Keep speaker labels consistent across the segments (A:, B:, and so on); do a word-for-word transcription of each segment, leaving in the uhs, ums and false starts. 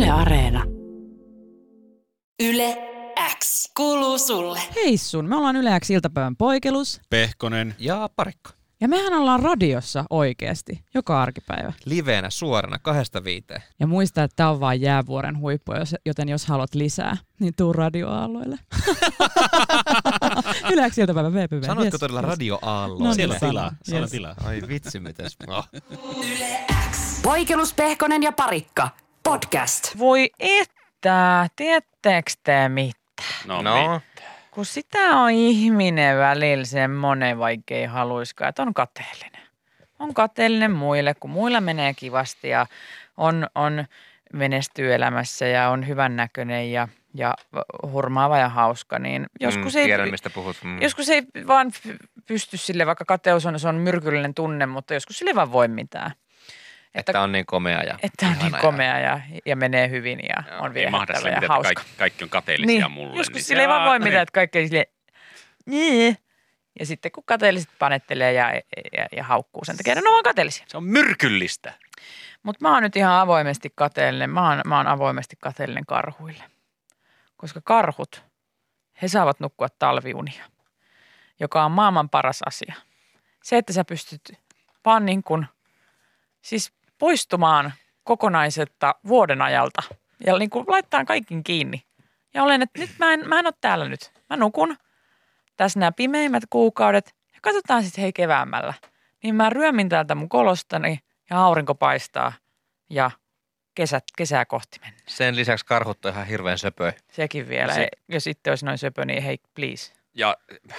A: Yle Areena.
B: Yle X kuuluu sulle.
C: Hei sun, me ollaan Yle X iltapäivän poikelus.
D: Pehkonen.
E: Ja Parikko.
C: Ja mehän ollaan radiossa oikeasti, joka arkipäivä.
E: Liveenä suorana kahdesta viiteen.
C: Ja muista, että tää on vaan jäävuoren huippu, joten jos haluat lisää, niin tuu radioaalloille. Yle X iltapäivän V P V.
E: Sanoitko
C: yes,
E: todella
C: yes.
E: radioaalloille?
C: No,
D: Siellä on
C: niin,
D: tilaa. Siellä on
C: yes.
D: tilaa.
E: Ai vitsi, mites. Oh.
B: Yle X. Poikelus, Pehkonen ja Parikka. Podcast.
F: Voi että, tiedättekö te mitä?
D: No,
E: No.
F: Kun sitä on ihminen välillä semmoinen, vaikka ei haluiskaan, että on kateellinen. On kateellinen muille, kun muilla menee kivasti ja on, on menestyy elämässä ja on hyvännäköinen ja, ja hurmaava ja hauska, niin joskus,
E: mm,
F: ei,
E: tiedän, mistä puhut. Mm.
F: joskus ei vaan pysty sille, vaikka kateus on, se on myrkyllinen tunne, mutta joskus sille ei vaan voi mitään.
E: Että, että on niin komea ja
F: Että on niin
E: ihana
F: komea ja, ja menee hyvin ja
E: Joo,
F: on
D: ei mahda
F: viehättävä
D: sille,
F: ja
D: että
F: hauska.
D: kaikki, kaikki on kateellisia
F: Niin,
D: mulle.
F: joskus
D: niin
F: sille ei vaan
D: se-
F: voi mitään,
D: niin.
F: että kaikki sille niin. Ja sitten kun kateelliset panettelee ja, ja, ja haukkuu sen takia, ne on vaan kateellisia.
D: Se on myrkyllistä.
F: Mutta mä oon nyt ihan avoimesti kateellinen, mä oon, mä oon avoimesti kateellinen karhuille. Koska karhut, he saavat nukkua talviunia, joka on maailman paras asia. Se, että sä pystyt vaan niin kuin, siis poistumaan kokonaisesta vuoden ajalta ja niin kuin laittaa kaikin kiinni. Ja olen, että nyt mä en, mä en ole täällä nyt. Mä nukun tässä nämä pimeimmät kuukaudet ja katsotaan sitten hei keväämällä. Niin mä ryömin täältä mun kolostani ja aurinko paistaa ja kesät, kesää kohti mennään.
E: Sen lisäksi karhut on ihan hirveän söpöä.
F: Sekin vielä.
D: Se-
F: Se, jos itse olisi noin söpö, niin hei please.
D: Ja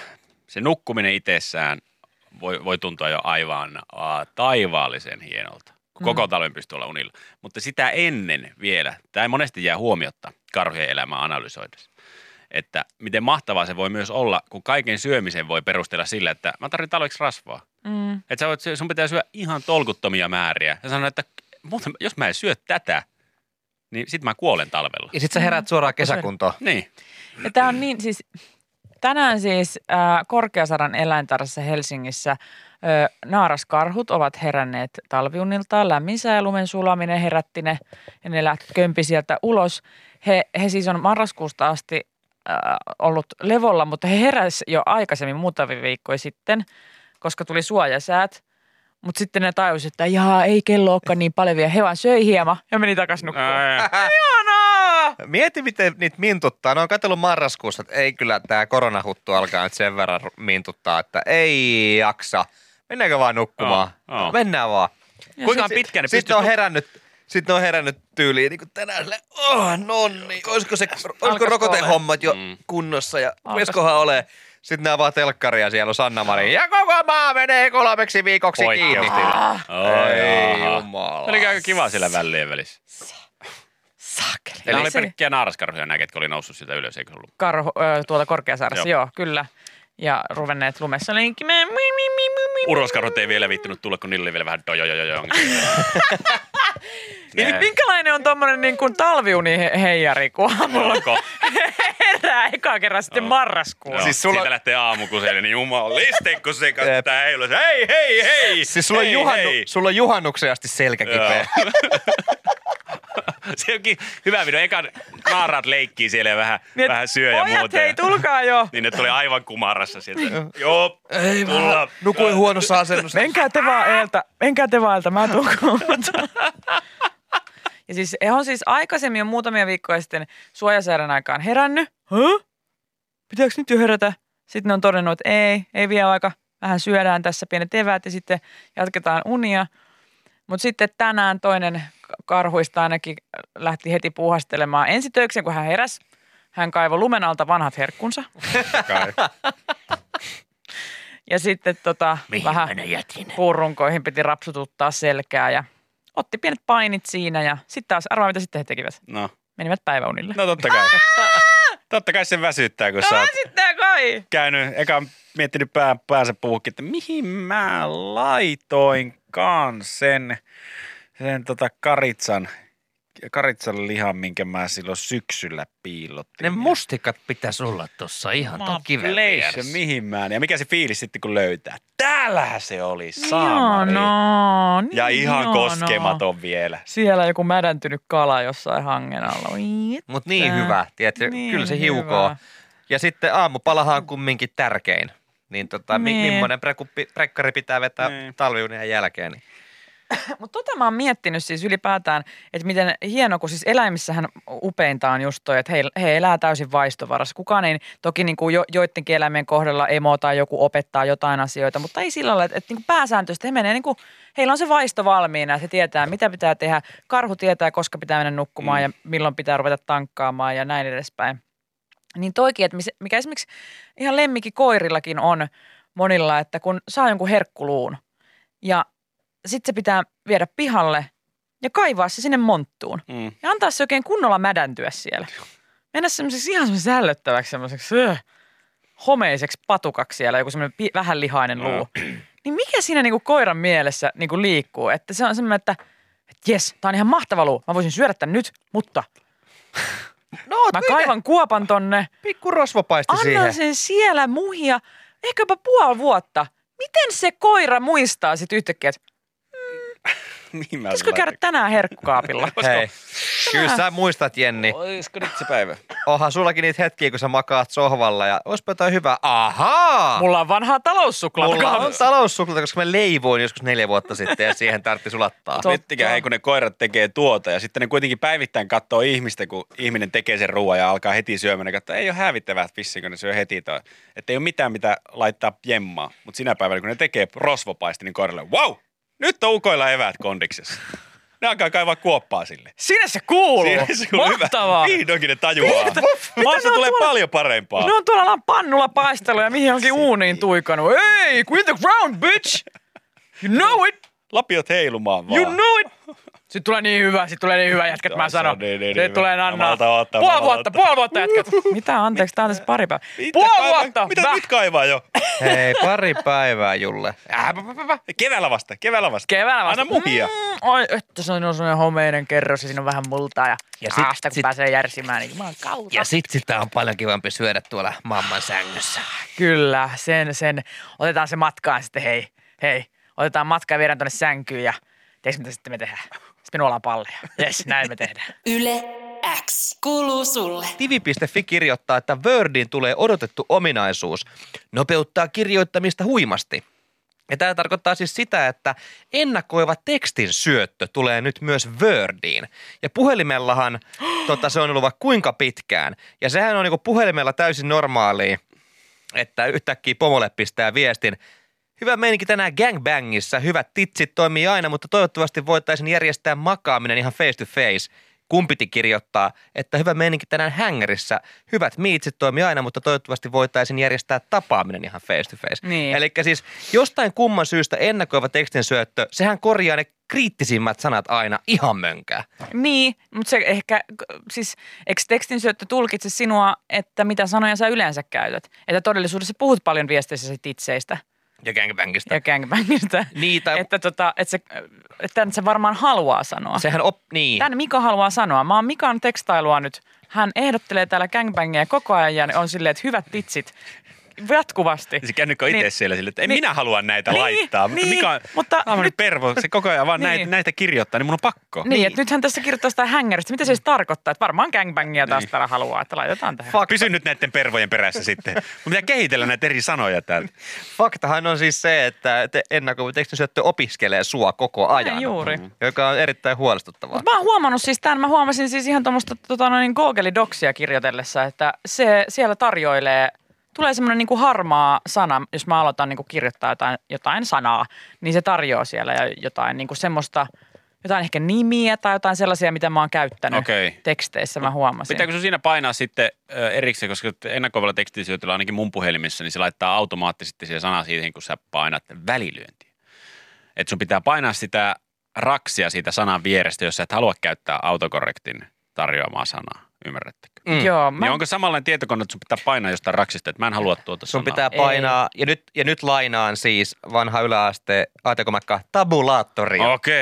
D: se nukkuminen itsessään voi, voi tuntua jo aivan uh, taivaallisen hienolta. Kun koko
F: Mm.
D: talven pystyy olla unilla. Mutta sitä ennen vielä, tämä ei monesti jää huomiotta karhujen elämää analysoidessa. Että miten mahtavaa se voi myös olla, kun kaiken syömisen voi perustella sillä, että mä tarvitsen talveksi rasvaa.
F: Mm.
D: Että sä voit, sun pitää syödä ihan tolkuttomia määriä. Ja sanoa, että muuten, jos mä en syö tätä, niin sit mä kuolen talvella.
E: Ja sit sä herät suoraan kesäkuntoon.
D: Niin.
F: Ja tämä on niin siis, tänään siis äh, Korkeasaran eläintarhassa Helsingissä äh, naaraskarhut ovat heränneet talviuniltaan. Lämmin sää ja lumen sulaminen herätti ne ja ne lähti kömpi sieltä ulos. He, he siis on marraskuusta asti äh, ollut levolla, mutta he heräsivät jo aikaisemmin muutamia viikkoja sitten, koska tuli suojasäät. Mutta sitten ne tajusivat, että jaa, ei kello olekaan niin paljon vielä. He vaan söi hieman ja meni takaisin nukkumaan.
D: Ää,
F: Ihanaa!
E: Mieti, miten niitä mintuttaa. Ne on katsellut marraskuussa, että ei kyllä tämä koronahuttu alkaa nyt sen verran mintuttaa, että ei jaksa. Mennäänkö vaan nukkumaan?
D: Joo, joo.
E: Mennään vaan.
F: Ja
D: Kuinka
F: sit-
D: pitkään ne
E: Sitten
D: pystyy...
E: on herännyt, sitten on herännyt tyyliin niin kuin tänään silleen, oh, nonni, olisiko, se, olisiko
F: Alkaisiko
E: rokotehommat jo
D: Mm.
E: kunnossa ja
F: Alkaisiko
E: voisikohan ole. Sitten nämä vaan telkkaria, siellä on Sanna-Mari. Ja koko maa menee kolmeksi viikoksi kiinni.
D: Poikkeustila.
E: Ei
D: Oho.
E: jumala.
D: Oli aika kiva siellä väliin välissä.
F: Saakeli.
D: Eli oli
F: Se-
D: pelkkiä naaraskarhuja nämä, ketkä oli noussut sieltä ylös, eikö ollut?
F: Karhu, ö, tuolta Korkeasaaressa, joo.
D: Joo.
F: joo, kyllä. Ja ruvenneet lumessa leikkimään. Mi, mi, mi, mi, mi.
D: Uroskarhut ei vielä viittynyt tulla, kun niillä oli vielä vähän dojojojojo.
F: Eli minkälainen on tommonen niin kuin talviuni he- heijari, kun aamulla
D: Onko?
F: herää eka kerran sitten marraskuun.
D: Joo,
E: Siis
D: siis
E: sulla-
D: siitä lähtee aamukuselle, niin jumaliste, kun se kattaa heilua. Hei, hei, hei!
E: Siis sulla,
D: hei,
E: on juhannu,
D: hei.
E: sulla on juhannukseen asti selkä kipeä.
D: Se onkin hyvä video. Ekan naaraat leikkii siellä ja vähän,
F: Niin, et
D: vähän syö ja
F: pojat,
D: muuta.
F: hei, tulkaa jo.
D: Niin ne tuli aivan kumarassa sieltä. Joo,
E: Ei
D: tulla.
E: Nukuin huonossa asennossa.
F: Menkää te vaan eeltä, menkää te vaan eeltä, mä tuun kouluun. Ja siis he on siis aikaisemmin jo muutamia viikkoja sitten suojasäädän aikaan herännyt. Huh? Pitääkö nyt jo herätä? Sitten ne on todennut, että ei, ei vielä aika. Vähän syödään tässä pienet eväät ja sitten jatketaan unia. Mutta sitten tänään toinen karhuista ainakin lähti heti puuhastelemaan ensitöikseen, kun hän heräsi. Hän kaivoi lumen alta vanhat herkkunsa.
D: Kai.
F: Ja sitten tota, vähän
D: jätin?
F: puurunkoihin piti rapsututtaa selkää ja otti pienet painit siinä. Ja sitten taas, arvaa mitä sitten he tekivät.
D: No,
F: Menivät päiväunille.
D: no totta kai. Totta kai se väsyttää, kun sä
F: No
D: oot
F: sitten kai.
D: käynyt, eka miettinyt pää, päänsä puhukin, että mihin mä laitoinkaan sen, sen tota karitsan karitsan lihan, minkä mä silloin syksyllä piilottin.
E: Ne mustikat pitäisi olla tossa ihan ton kiven vieressä.
D: Mihin mä en. Ja mikä se fiilis sitten, kun löytää? Täällähän se oli, saamari.
F: Ihanaa, niin
D: Ja ihan
F: ihanaa.
D: koskematon vielä.
F: Siellä joku mädäntynyt kala jossain hangen alla. Oi,
E: Mut niin hyvä, tiedätkö,
F: Niin
E: kyllä se
F: hyvä.
E: hiukoo. Ja sitten aamupalahan on kumminkin tärkein. Niin tota, mi-
F: Niin.
E: millainen prekuppi, prekkari pitää vetää
D: Niin.
E: talviunien jälkeen. Niin.
F: Mutta tota mä oon miettinyt siis ylipäätään, että miten hieno, kun siis eläimissähän upeinta on just toi, että he, he elää täysin vaistovarassa. Kukaan ei, toki niin kuin jo, joidenkin eläimien kohdalla emo tai joku opettaa jotain asioita, mutta ei sillä lailla, että, että niin kuin pääsääntöisesti he menee niin kuin, heillä on se vaisto valmiina, että he tietää, mitä pitää tehdä. Karhu tietää, koska pitää mennä nukkumaan mm. ja milloin pitää ruveta tankkaamaan ja näin edespäin. Niin toikin, että mikä esimerkiksi ihan lemmikkikoirillakin on monilla, että kun saa jonkun herkkuluun ja sitten se pitää viedä pihalle ja kaivaa se sinne monttuun.
D: Mm.
F: Ja antaa se oikein kunnolla mädäntyä siellä. Mennä semmoiseksi ihan semmoiseksi ällöttäväksi semmoiseksi öh, homeiseksi patukaksi siellä, joku semmoinen pi- vähän lihainen luu. Niin mikä siinä niinku koiran mielessä niinku liikkuu? Että se on semmoinen, että että jes, tää on ihan mahtava luu. Mä voisin syödä tän nyt, mutta
E: No,
F: mä kaivan kuopan tonne.
E: Pikku rosvopaisti
F: Annan
E: siihen.
F: sen siellä muhia ehkä jopa puoli vuotta. Miten se koira muistaa sit yhtäkkiä, että
D: Mihin mä
F: pitäisikö käydä tänään herkkukaapilla?
E: Hei, kyllä sä muistat, Jenni.
D: Olisiko nyt se päivä?
E: Onhan sullakin niitä hetkiä, kun sä makaat sohvalla ja oispa jotain hyvää. Ahaa!
F: Mulla on vanhaa taloussuklaata.
E: Mulla on taloussuklata, koska mä leivoin joskus neljä vuotta sitten ja siihen tarvitsi sulattaa.
F: Totta.
D: Miettikää, hei, kun ne koirat tekee tuota ja sitten ne kuitenkin päivittäin katsoo ihmistä, kun ihminen tekee sen ruoan ja alkaa heti syömään. Ne katsoo, ei ole hävittävää vissiin, kun ne syö heti toi. Että ei ole mitään, mitä laittaa jemmaa. Mutta sinä päivänä, kun ne tekee rosvopaisti, niin koiralle, wow! Nyt on ukoilla eväät kondiksessa. Ne alkaa kaivaa kuoppaa sille.
F: Sinne se kuuluu.
D: Siinä se kuuluu hyvä.
F: Mahtavaa.
D: Vihdoinkin ne tajuaa. Maasta
F: ne on
D: tulee
F: tuolla-
D: paljon parempaa.
F: Ne on tuolla ollaan pannulla paistellut ja mihin johonkin uuniin tuikannut. Hey, quit the ground, bitch! You know it!
D: Lapiot heilumaan vaan.
F: You know it! Sitten tulee niin hyvä, sitten tulee niin hyvä jätkät, mä
D: Se on
F: sanon.
D: niin, niin,
F: Sitten
D: niin
F: tulee
D: hyvä.
F: Nanna.
D: Mä maltan ottaa,
F: Puoli
D: mä
F: vuotta,
D: maltan
F: puoli vuotta jätkät. Mitä, anteeksi, tää on tässä pari päivää.
D: Mitä
F: Puoli
D: kaivaa?
F: vuotta!
D: Mitä
F: Väh.
D: nyt kaivaa jo?
E: Hei, pari päivää, Julle. Äh, pä, pä, pä.
D: Keväällä vasta, keväällä vasta.
F: Keväällä vasta.
D: Anna muhia.
F: Mm, oi, että se on sellainen homeinen kerros ja siinä on vähän multaa ja,
E: Ja
F: ja
E: sit-
F: aasta, kun
E: sit-
F: pääsee järsimään, niin jumalan kautta.
E: Ja sit sitä on paljon kivampi syödä tuolla mamman sängyssä.
F: Kyllä, sen, sen. Otetaan se matkaan sitten, hei, hei. Otetaan matka ja viedään tuonne sänkyyn ja teis mitä sitten me tehdään. Sitten me nuollaan palleja. Jes, näin me tehdään.
B: Yle X kuuluu sulle.
E: Tivi piste fi kirjoittaa, että Wordiin tulee odotettu ominaisuus. Nopeuttaa kirjoittamista huimasti. Ja tämä tarkoittaa siis sitä, että ennakoiva tekstin syöttö tulee nyt myös Wordiin. Ja puhelimellahan tota, se on ollut vaikka kuinka pitkään. Ja sehän on niinku puhelimella täysin normaalia, että yhtäkkiä pomolle pistää viestin. Hyvä meininki tänään gangbangissa. Hyvät titsit toimii aina, mutta toivottavasti voitaisiin järjestää makaaminen ihan face to face. Kun piti kirjoittaa, että hyvä meininki tänään hängärissä. Hyvät miitsit toimii aina, mutta toivottavasti voitaisiin järjestää tapaaminen ihan face to face.
F: Niin.
E: Eli siis jostain kumman syystä ennakoiva tekstin syöttö, sehän korjaa ne kriittisimmät sanat aina ihan mönkää.
F: Niin, mutta se ehkä, siis eikö tekstin syöttö tulkitse sinua, että mitä sanoja sä yleensä käytät? Että todellisuudessa puhut paljon viesteissä itseistä
E: Ja gangbangista.
F: ja gangbangista.
E: Niitä,
F: Että, tota, että, se, että tämän se varmaan haluaa sanoa.
E: sehän op, niin.
F: Tän Mika haluaa sanoa. Mä oon Mikan tekstailua nyt. Hän ehdottelee täällä gangbangia koko ajan ja on silleen, että hyvät vitsit jatkuvasti.
D: Se kännykkä on itse
F: Niin.
D: siellä sille, että en
F: Niin.
D: minä halua näitä
F: Niin,
D: laittaa.
F: niin,
D: Mikä on,
F: mutta
D: mä oon
F: nyt-
D: nyt pervo, se koko ajan vaan
F: Niin.
D: näitä, näitä kirjoittaa, niin mun on pakko.
F: Niin, että nythän tässä kirjoittaa sitä hängäristä. Mitä se siis tarkoittaa? Että varmaan gangbangia taas
D: Niin.
F: täällä haluaa, että laitetaan tähän.
E: Fakta,
D: Pysy nyt näiden pervojen perässä sitten. Mun pitää kehitellä näitä eri sanoja täältä.
E: faktahan on siis se, että te- ennakoiva tekstin syöttö opiskelee sua koko ajan.
F: Näin juuri.
E: Joka on erittäin huolestuttavaa.
F: Mutta mä oon huomannut siis tämän, mä huomasin siis ihan tuommoista tota, noin Google Docsia kirjoitellessa, että se siellä tarjoilee, tulee semmoinen niinku harmaa sana, jos mä aloitan niinku kirjoittaa jotain, jotain sanaa, niin se tarjoaa siellä ja jotain niinku semmoista, jotain ehkä nimiä tai jotain sellaisia, mitä mä oon käyttänyt
D: Okei.
F: teksteissä, mä huomasin.
D: Pitääkö sun siinä painaa sitten ö, erikseen, koska ennakoivalla tekstisyötöllä ainakin mun puhelimessa, niin se laittaa automaattisesti siihen sana siihen, kun sä painat välilyöntiä. Että sun pitää painaa sitä raksia siitä sanan vierestä, jos sä et halua käyttää autokorrektin tarjoamaa sanaa. Ymmärrättekö?
E: Mm.
F: Joo, mä,
D: Niin onko samanlainen tietokone, että sun pitää painaa jostain raksista, että mä en halua tuota
E: Sun
D: sanaa?
E: pitää painaa, ja nyt, ja nyt lainaan siis vanha yläaste, A T K-mäkkä, tabulaattoria.
D: Okei.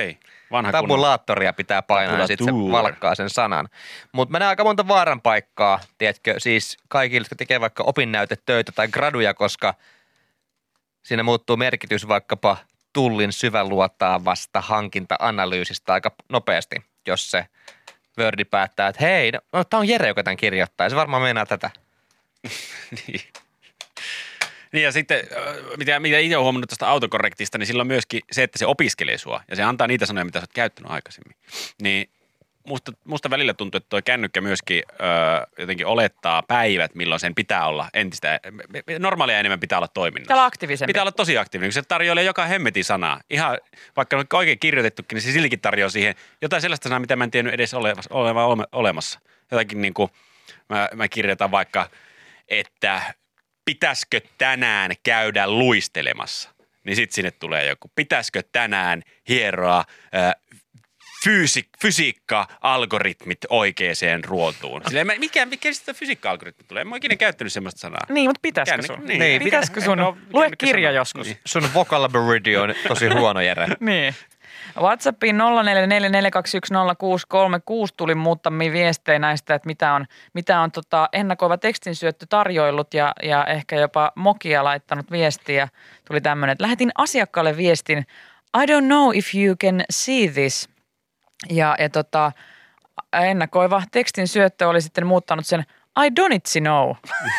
D: Vanha
E: tabulaattoria pitää painaa ja sitten se valkkaa sen sanan. Mutta mä näen aika monta vaaran paikkaa, tiedätkö, siis kaikille, jotka tekee vaikka opinnäytetöitä tai graduja, koska siinä muuttuu merkitys vaikkapa tullin syväluotaavasta hankinta-analyysistä aika nopeasti, jos se Wordi päättää, että hei, no, tää on Jere, joka tämän kirjoittaa, ja se varmaan meinaa tätä.
D: niin. Niin ja sitten, mitä, mitä itse olen huomannut tuosta autokorrektista, niin silloin myöskin se, että se opiskelee sua ja se antaa niitä sanoja, mitä sä oot käyttänyt aikaisemmin. Niin musta, musta välillä tuntuu, että toi kännykkä myöskin öö, jotenkin olettaa päivät, milloin sen pitää olla entistä, normaalia enemmän pitää olla toiminnassa.
F: Pitää olla aktiivisempi.
D: Pitää olla tosi aktiivinen, kun se tarjoilee joka hemmetin sanaa. Ihan, vaikka on oikein kirjoitettukin, niin se silläkin tarjoaa siihen jotain sellaista sanaa, mitä mä en tiennyt edes olevan olemassa. Jotakin niin kuin, mä, mä kirjoitan vaikka, että pitäisikö tänään käydä luistelemassa? Niin sitten sinne tulee joku, pitäisikö tänään hieroa äh, fyysik- fysiikka-algoritmit oikeaan ruotuun? Silleen, mä, mikä, mikä sitä fysiikka-algoritmi tulee? En mä ikinä käyttänyt semmoista sanaa.
F: Niin, mutta pitäisikö
D: Käännä,
F: sun?
D: Niin,
E: niin,
F: pitäisikö sun?
D: No,
F: Lue kirja joskus.
D: Niin.
E: Sun vocabulary on tosi huono, Jere.
F: Niin. WhatsAppiin nolla neljä neljä neljä kaksi yksi nolla kuusi kolme kuusi tuli muutamia viestejä näistä, että mitä on, mitä on tota ennakoiva tekstinsyöttö tarjoillut ja, ja ehkä jopa Mokia laittanut viestiä. Tuli tämmöinen, että lähetin asiakkaalle viestin, I don't know if you can see this. Ja, ja tota, ennakoiva tekstinsyöttö oli sitten muuttanut sen, I don't know.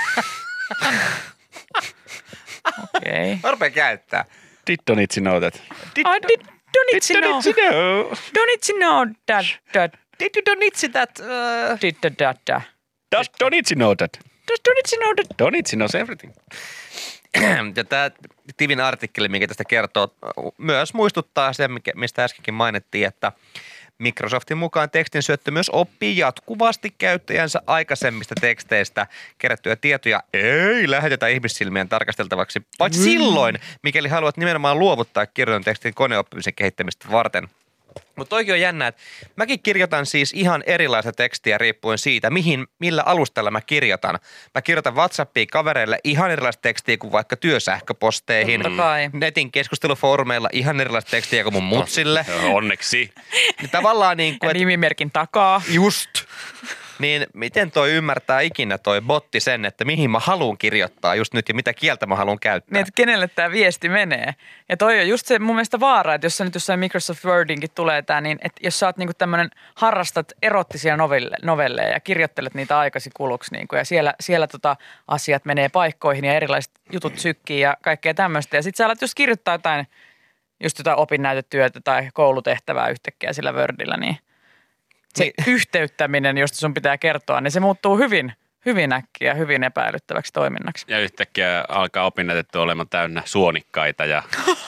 F: Okei. Okay.
E: Varpeen käyttää.
D: Did don't it know that?
F: Did, I did, don't it
D: Did
F: know.
D: don't it know?
F: Don't it know that, that,
E: Did you don't itse that? Uh...
F: did that, that, that.
D: Does don't it know that?
F: Does don't it know that?
D: Don't it knows everything.
E: Ja tämä Tivin artikkeli, mikä tästä kertoo, myös muistuttaa sen, mistä äskenkin mainittiin, että Microsoftin mukaan tekstinsyöttö myös oppii jatkuvasti käyttäjänsä aikaisemmista teksteistä kerättyjä tietoja ei lähetetä ihmissilmien tarkasteltavaksi, paitsi mm. silloin, mikäli haluat nimenomaan luovuttaa kirjoitetun tekstin koneoppimisen kehittämistä varten. Mutta toikin on jännä, että mäkin kirjoitan siis ihan erilaista tekstiä riippuen siitä, mihin, millä alustalla mä kirjoitan. Mä kirjoitan WhatsAppiin kavereille ihan erilaista tekstiä kuin vaikka työsähköposteihin. Netin keskustelufoorumeilla ihan erilaista tekstiä kuin mun mutsille.
D: Onneksi.
E: Niin tavallaan niin kuin,
F: ja nimimerkin takaa.
E: Just. Niin miten toi ymmärtää ikinä toi botti sen, että mihin mä haluan kirjoittaa just nyt ja mitä kieltä mä haluan käyttää?
F: Niin, että kenelle tämä viesti menee. Ja toi on just se mun mielestä vaara, että jos sä nyt jossain Microsoft Wordinkin tulee tää, niin että jos sä oot niinku tämmönen, harrastat erottisia novelle, novelleja ja kirjoittelet niitä aikasi kuluksi niinku, ja siellä, siellä tota asiat menee paikkoihin ja erilaiset jutut sykkii ja kaikkea tämmöistä. Ja sit sä alat just kirjoittaa jotain, just jotain opinnäytetyötä tai koulutehtävää yhtäkkiä sillä Wordillä, niin se niin. Yhteyttäminen, josta sun pitää kertoa, niin se muuttuu hyvin, hyvin äkkiä, hyvin epäilyttäväksi toiminnaksi.
D: Ja yhtäkkiä alkaa opinnäytetty olemaan täynnä suonikkaita ja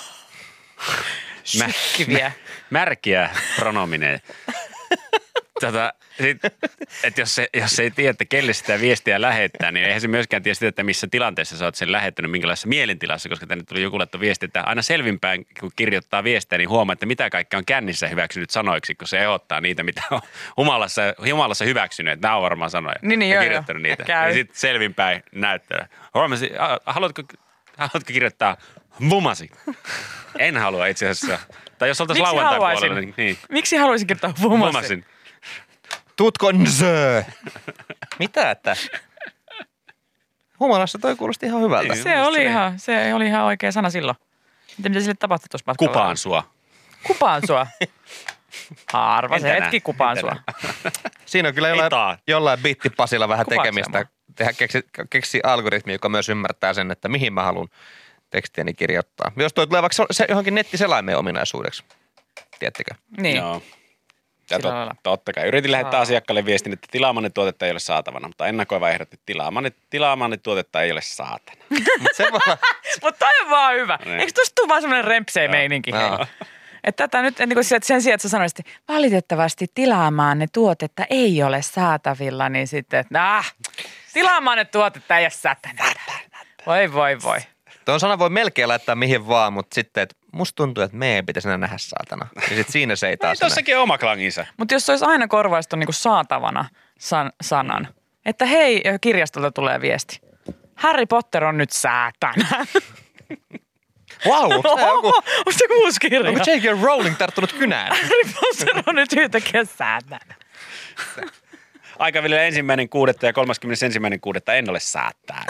F: Sykkiviä.
D: märkiä pronomineja. Tota, että jos, se, jos se ei tiedä, että kelle sitä viestiä lähettää, niin eihän se myöskään tiedä sitä, että missä tilanteessa sä oot sen lähettänyt, minkälaisessa mielentilassa, koska tänne tuli joku laitto viesti, että aina selvinpäin, kun kirjoittaa viestiä, niin huomaa, että mitä kaikkea on kännissä hyväksynyt sanoiksi, kun se ehdottaa niitä, mitä on humalassa, humalassa hyväksynyt, että nämä on varmaan sanoja.
F: Niin, niin
D: ja
F: joo,
D: kirjoittanut
F: joo.
D: niitä.
F: Käy.
D: Ja sitten selvinpäin näyttää. Huomasin, haluatko, haluatko kirjoittaa vumasi? En halua itse asiassa. Tai jos oltaisiin lauantai puolella, niin, niin.
F: Miksi haluaisin kirjoittaa vumasin?
D: Vumasin.
E: Tutkonzö. Mitä, että? Humalassa toi kuulosti ihan hyvältä.
F: Se oli ihan, se oli ihan oikea sana silloin. Miten mitä sille tapahtui tuossa matkalla?
D: Kupaan sua.
F: Kupaan sua. Harva se
D: Entä
F: hetki kupaan sua.
E: Siinä on kyllä jollain, jollain bittipasilla vähän
F: Kupaanko
E: tekemistä. Tehdä, keksi, keksi algoritmi, joka myös ymmärtää sen, että mihin mä haluan tekstiäni kirjoittaa. Jos toi tulee vaikka se johonkin nettiselaimeen ominaisuudeksi. Tiedättekö?
F: Niin.
D: Joo. Ja
F: Sillä
D: tot,
F: lailla.
D: totta kai. Yritin lähettää
F: Aa.
D: asiakkaalle viestin, että tilaamanne tuotetta ei ole saatavana, mutta ennakoiva ehdotti, että tilaamanne, tilaamanne tuotetta ei ole saatana.
E: Mut se vaan,
F: Mutta toi on vaan hyvä.
D: Niin.
F: Eikö tuosta tule vaan semmoinen rempsei meininki?
E: Joo.
F: Että tätä nyt, niin kuin sen sijaan, että sä sanoisit, että valitettavasti tilaamaanne tuotetta ei ole saatavilla, niin sitten, että äh, tilaamaanne tuotetta ei ole saatavilla. Voi, voi, voi.
E: tuon sana voi melkein laittaa mihin vaan, mutta sitten, että musta tuntuu, että me ei pitäisi enää nähdä saatana. Ja sitten siinä se ei taas enää.
D: Tossakin on oma klanginsa.
F: Mutta jos se olisi aina korvaistu niin kuin saatavana san, sanan, että hei, kirjastolta tulee viesti. Harry Potter on nyt saatana.
E: Wow, onko tämä joku,
F: Onko se uusi kirja?
E: onko J K. Rowling tarttunut kynään?
F: Sano nyt yhtäkkiä säätänä.
D: Aikavälillä ensimmäinen kuudetta ja kolmaskymmenesensimmäinen kuudetta en ole saattaa.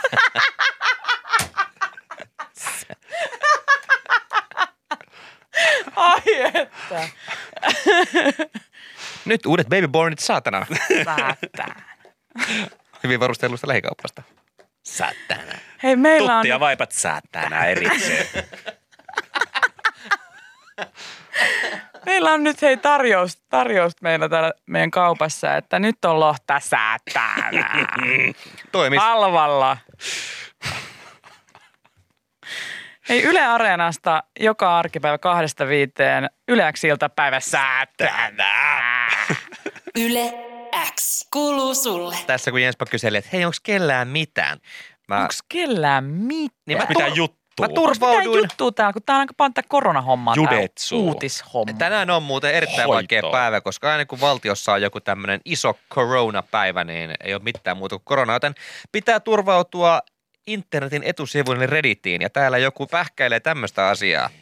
F: Ai että.
E: Nyt uudet babybornit saatana.
F: Säätänä.
E: Hyvin varustellusta lähikauppasta. Saatana.
F: Hei, meillä on...
D: Tutti ja vaipat saattaa erikseen.
F: Meillä on nyt hei tarjous, tarjous meillä täällä meidän kaupassa, että nyt on lohta säätänä.
E: Toimis.
F: Halvalla. Hei, Yle Areenasta joka arkipäivä kahdesta viiteen Yle X iltapäivä säätänä.
B: Yle X kuuluu sulle.
E: Tässä kun Jenspa kyseli, että hei, onko kellään mitään? Mä,
F: Onko kellään mitään?
E: niin mä,
D: Mitä
E: tur-
D: juttua?
E: mä
F: Onko mitään
E: turvauduin.
F: juttua täällä, kun tää on aika paljon tää koronahommaa, tää
D: Judetsu.
F: uutishomma.
E: Tänään on muuten erittäin
D: Hoitoa.
E: vaikea päivä, koska aina kun valtiossa on joku tämmöinen iso koronapäivä, niin ei ole mitään muuta kuin korona, joten pitää turvautua internetin etusivuille Redditiin. Ja täällä joku pähkäilee tämmöistä asiaa,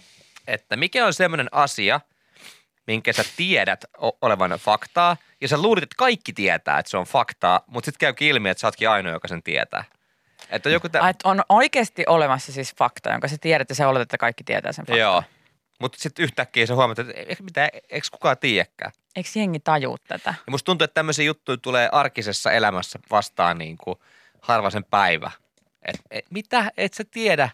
E: että mikä on semmoinen asia, minkä sä tiedät o- olevan faktaa, ja sä luulit, että kaikki tietää, että se on faktaa, mutta sitten käykin ilmi, että sä ootkin ainoa, joka sen tietää. Että on joku tä-
F: Ai, että on oikeasti olemassa siis fakta, jonka sä tiedät ja sä oletat, että kaikki tietää sen faktan.
E: Joo. Mutta sitten yhtäkkiä sä huomaat, että eikä mitään, eikö kukaan tiedäkään.
F: Eikö jengi tajuu tätä?
E: Ja musta tuntuu, että tämmöisiä juttuja tulee arkisessa elämässä vastaan niin kuin harva sen päivä. Et, et, mitä, et sä tiedä,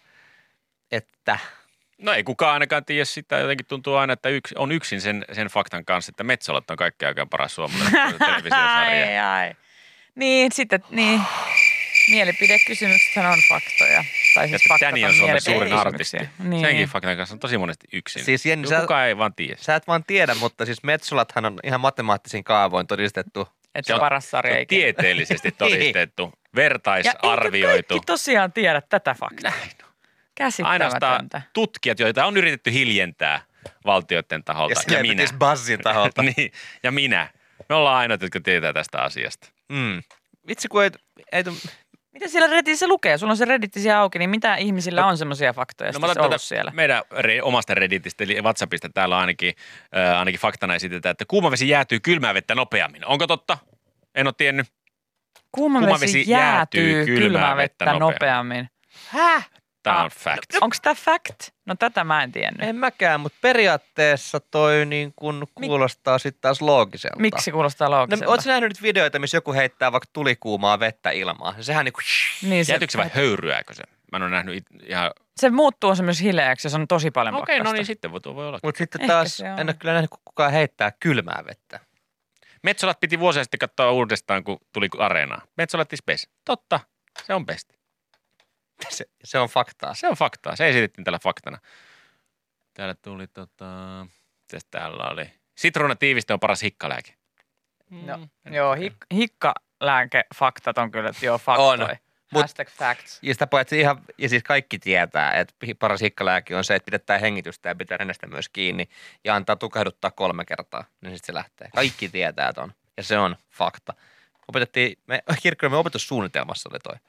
E: että...
D: No ei kukaan ainakaan tiedä sitä. Jotenkin tuntuu aina, että yks, on yksin sen, sen faktan kanssa, että Metsolot on kaikkein aikaan paras suomalainen televisiosarja.
F: Ai, ai. Niin, sitten, niin. Mielipidekysymykset on faktoja. Tai siis
D: Ja
F: faktat
D: Danny on Suomen suurin
F: mielipidekysymyksiä.
D: artisti.
F: Niin.
D: Senkin faktan kanssa on tosi monesti yksin.
E: Siis Jenni,
D: Joku
E: sä-
D: kukaan ei vaan tiedä.
E: Sä et vaan tiedä, mutta siis Metsolathan on ihan matemaattisin kaavoin todistettu.
F: Että
D: Se on-
F: paras
D: Se
F: sarja
D: on
F: ikinä.
D: tieteellisesti todistettu,
F: Ja
D: vertaisarvioitu.
F: eikö kaikki tosiaan tiedä tätä faktaa?
D: Näin on.
F: Käsittämätöntä.
D: Ainoastaan tutkijat, joita on yritetty hiljentää valtioiden taholta.
E: Ja,
D: Ja,
E: ja
D: minä.
E: Buzzin taholta.
D: niin, ja minä. Me ollaan ainoat, jotka tietää tästä asiasta.
E: mm. Vitsi kun ei... ei tu-
F: Mitä siellä Reddissä lukee? Sulla on se Redditti siellä auki, niin mitä ihmisillä on semmoisia faktoja
D: No
F: no,
D: mä otan
F: ollut
D: tätä
F: siellä?
D: meidän re- omasta Redditistä, eli WhatsAppista. Täällä on ainakin, äh, ainakin faktana esitetään, että kuuma vesi jäätyy kylmää vettä nopeammin. Onko totta? En ole tiennyt.
F: Kuuma
D: kuuma
F: vesi
D: vesi
F: jäätyy
D: jäätyy
F: kylmää vettä nopeammin. Häh?
D: Tämä
F: Ah,
D: on fact.
F: Onko tämä fact? No tätä mä en tiennyt.
E: En mäkään, mutta periaatteessa toi niin kun kuulostaa sitten taas loogiselta.
F: Miksi kuulostaa
E: No,
F: loogiselta?
E: ootko nähnyt nyt videoita, missä joku heittää vaikka tulikuumaa vettä ilmaan? Sehän niinku...
F: niin, se,
D: Jäätyykö se vai höyryääkö se? Mä en ole nähnyt it- ihan...
F: se muuttuu semmoisen hileäksi, jos on tosi paljon
D: Okei, no
F: pakkasta.
D: niin sitten voi, tuo voi olla.
E: Mutta sitten
F: Ehkä
E: taas
F: se on.
E: en ole kyllä nähnyt, kun kukaan heittää kylmää vettä.
D: Metsolat piti vuosia sitten katsoa uudestaan, kun tuli areenaan. Metsolat is best. Totta, se on best.
E: Se, se on faktaa.
D: Se on faktaa. Se esitettiin tällä faktana. Täällä tuli tota... Mitäs täällä oli? Sitruunatiiviste on paras hikkalääke.
F: No,
D: Mm.
F: joo, hik- hikkalääkefaktat on kyllä, että joo, faktoi.
E: On. Mut-
F: Hashtag facts.
E: Ja sitä paitsi ihan, ja siis kaikki tietää, että paras hikkalääke on se, että pidetään hengitystä ja pitää nenästä myös kiinni ja antaa tukahduttaa kolme kertaa, niin sitten se lähtee. Kaikki tietää ton. Ja se on fakta. Opetettiin, me kirkkoimme opetussuunnitelmassa oli toi.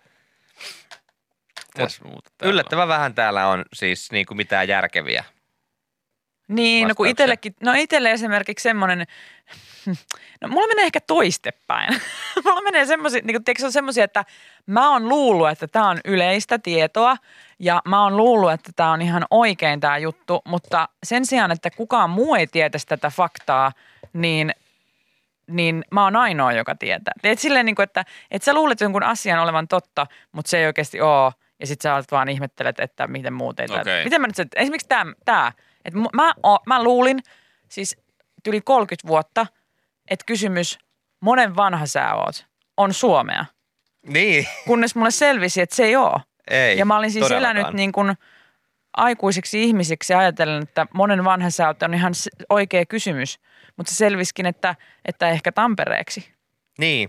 D: Mitäs muuta täällä on?
E: Yllättävän vähän täällä on siis niin kuin mitään järkeviä.
F: Niin, no kun
E: vastauksia.
F: itsellekin, no itselle esimerkiksi semmoinen, no mulla menee ehkä toistepäin. mulla menee semmoisia, niin kun se on semmoisia, että mä oon luullut, että tämä on yleistä tietoa ja mä oon luullut, että tämä on ihan oikein tämä juttu, mutta sen sijaan, että kukaan muu ei tietäisi tätä faktaa, niin niin mä oon ainoa, joka tietää. Teet silleen, niin kuin, että, että sä luulet jonkun asian olevan totta, mutta se ei oikeasti ole. Ja sit sä olet vaan ihmettelet, että miten muut ei
D: Okei.
F: okay. Miten mä nyt se, esimerkiksi tämä, tämä että mu- mä, o, mä luulin siis yli kolmekymmentä vuotta, että kysymys, monen vanha sä oot, on suomea.
E: Niin.
F: Kunnes mulle selvisi, että se ei ole.
E: Ei,
F: Ja mä olin siis
E: todellakaan.
F: elänyt niin kuin aikuisiksi ihmisiksi ja ajatellen, että monen vanha sä oot on ihan s- oikea kysymys. Mutta se selviskin, että, että ehkä Tampereeksi.
E: Niin,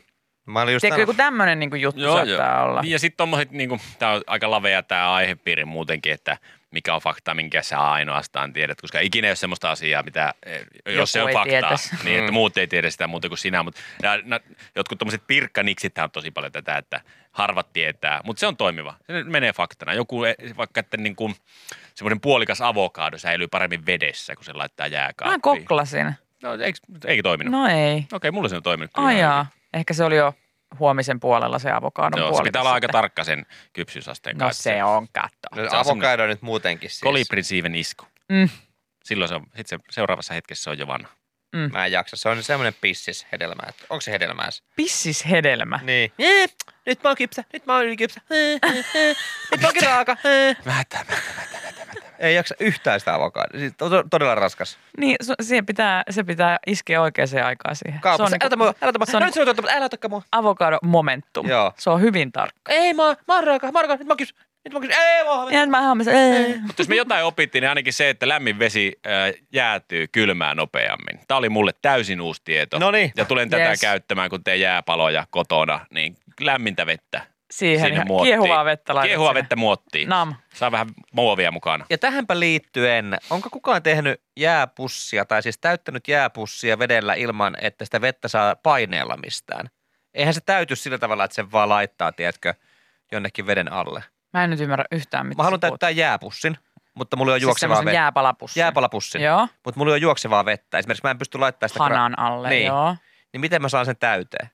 E: Mä olin just
F: Tiedätkö,
E: sanon-
F: joku tämmöinen niin juttu
D: Joo,
F: saattaa
D: joo.
F: olla.
D: Ja sitten tommoset, niinku, tää on aika lavea tää aihepiiri muutenkin, että mikä on faktaa, minkä sä ainoastaan tiedät, koska ikinä ei ole semmoista asiaa, mitä, jos se on
F: ei
D: faktaa,
F: tietäisi.
D: niin että
E: Mm.
D: muut ei tiedä sitä muuta kuin sinä. Mutta ja, na, jotkut tommoset pirkkaniksithän on tosi paljon tätä, että harvat tietää, mutta se on toimiva. Se menee faktana. Joku vaikka, että niinku, semmoinen puolikas avokaado säilyy paremmin vedessä, kun se laittaa
F: Mä
D: jääkaappiin.
F: koklasin.
D: No, eikö, eikö toiminut?
F: No ei.
D: Okei, mulla se on toiminut kyllä.
F: Ai
D: ihan
F: jaa. Ehkä se oli jo huomisen puolella se avokaadon
D: Joo,
F: puoli.
D: se pitää olla aika tarkka sen kypsyysasteen
F: No
D: kanssa.
F: se on, katto.
E: No,
D: Se on
E: avokado nyt muutenkin siis.
D: Kolibrin siiven isku.
F: Mm.
D: Silloin se on, sit se seuraavassa hetkessä se on jo vanha.
E: Mä en jaksa. Se on semmoinen pissis hedelmä. että- Onko se hedelmääs?
F: Pissishedelmä.
E: Niin. Eh, nyt mä oon kypsä. Nyt mä oon ylikypsä. Eh, eh, eh. Nyt mä oonkin raaka. Eh.
D: Vähätään.
E: Ei jaksa yhtään sitä avokadoa. Siis to- todella raskas.
F: Niin, se, siihen pitää, se pitää iskeä oikeaan aikaan siihen.
E: Kaupassa.
F: Se on
E: Älä ota mua. Älä ota mua.
F: se on
E: No nyt se on totta, älä otakaan mua.
F: avokado momentum.
E: Joo.
F: Se on hyvin tarkka.
E: Ei mä, mä oon raaka. Mä oon raaka. Nyt mä oon kypsä. Nyt mä oon kypsä. Ei mä oon.
F: Ja nyt mä hammassa. Ee.
D: Mutta jos me jotain opittiin, niin ainakin se, että lämmin vesi äh, jäätyy kylmää nopeammin. Tämä oli mulle täysin uusi tieto.
E: Noniin.
D: Ja tulen tätä
F: Yes.
D: käyttämään, kun teen jääpaloja kotona, niin lämmintä vettä.
F: Siihen
D: Sinne
F: ihan
D: muottiin.
F: kiehuvaa vettä laitat
D: Kiehuvaa
F: sinne.
D: vettä muottiin.
F: Nam.
D: Saa vähän muovia mukana.
E: Ja tähänpä liittyen, onko kukaan tehnyt jääpussia tai siis täyttänyt jääpussia vedellä ilman, että sitä vettä saa paineella mistään? Eihän se täyty sillä tavalla, että se vaan laittaa, tiedätkö, jonnekin veden alle.
F: Mä en nyt ymmärrä yhtään, mitä
E: Mä haluan
F: sä puhut.
E: täyttää jääpussin, mutta mulla on
F: Siis
E: juoksevaa
F: semmoisen
E: vettä.
F: jääpalapussin.
E: Jääpalapussin,
F: Joo.
E: mutta mulla on juoksevaa vettä. Esimerkiksi mä en pysty laittamaan sitä.
F: Hanan alle,
E: Niin.
F: joo.
E: Niin miten mä saan sen täyteen?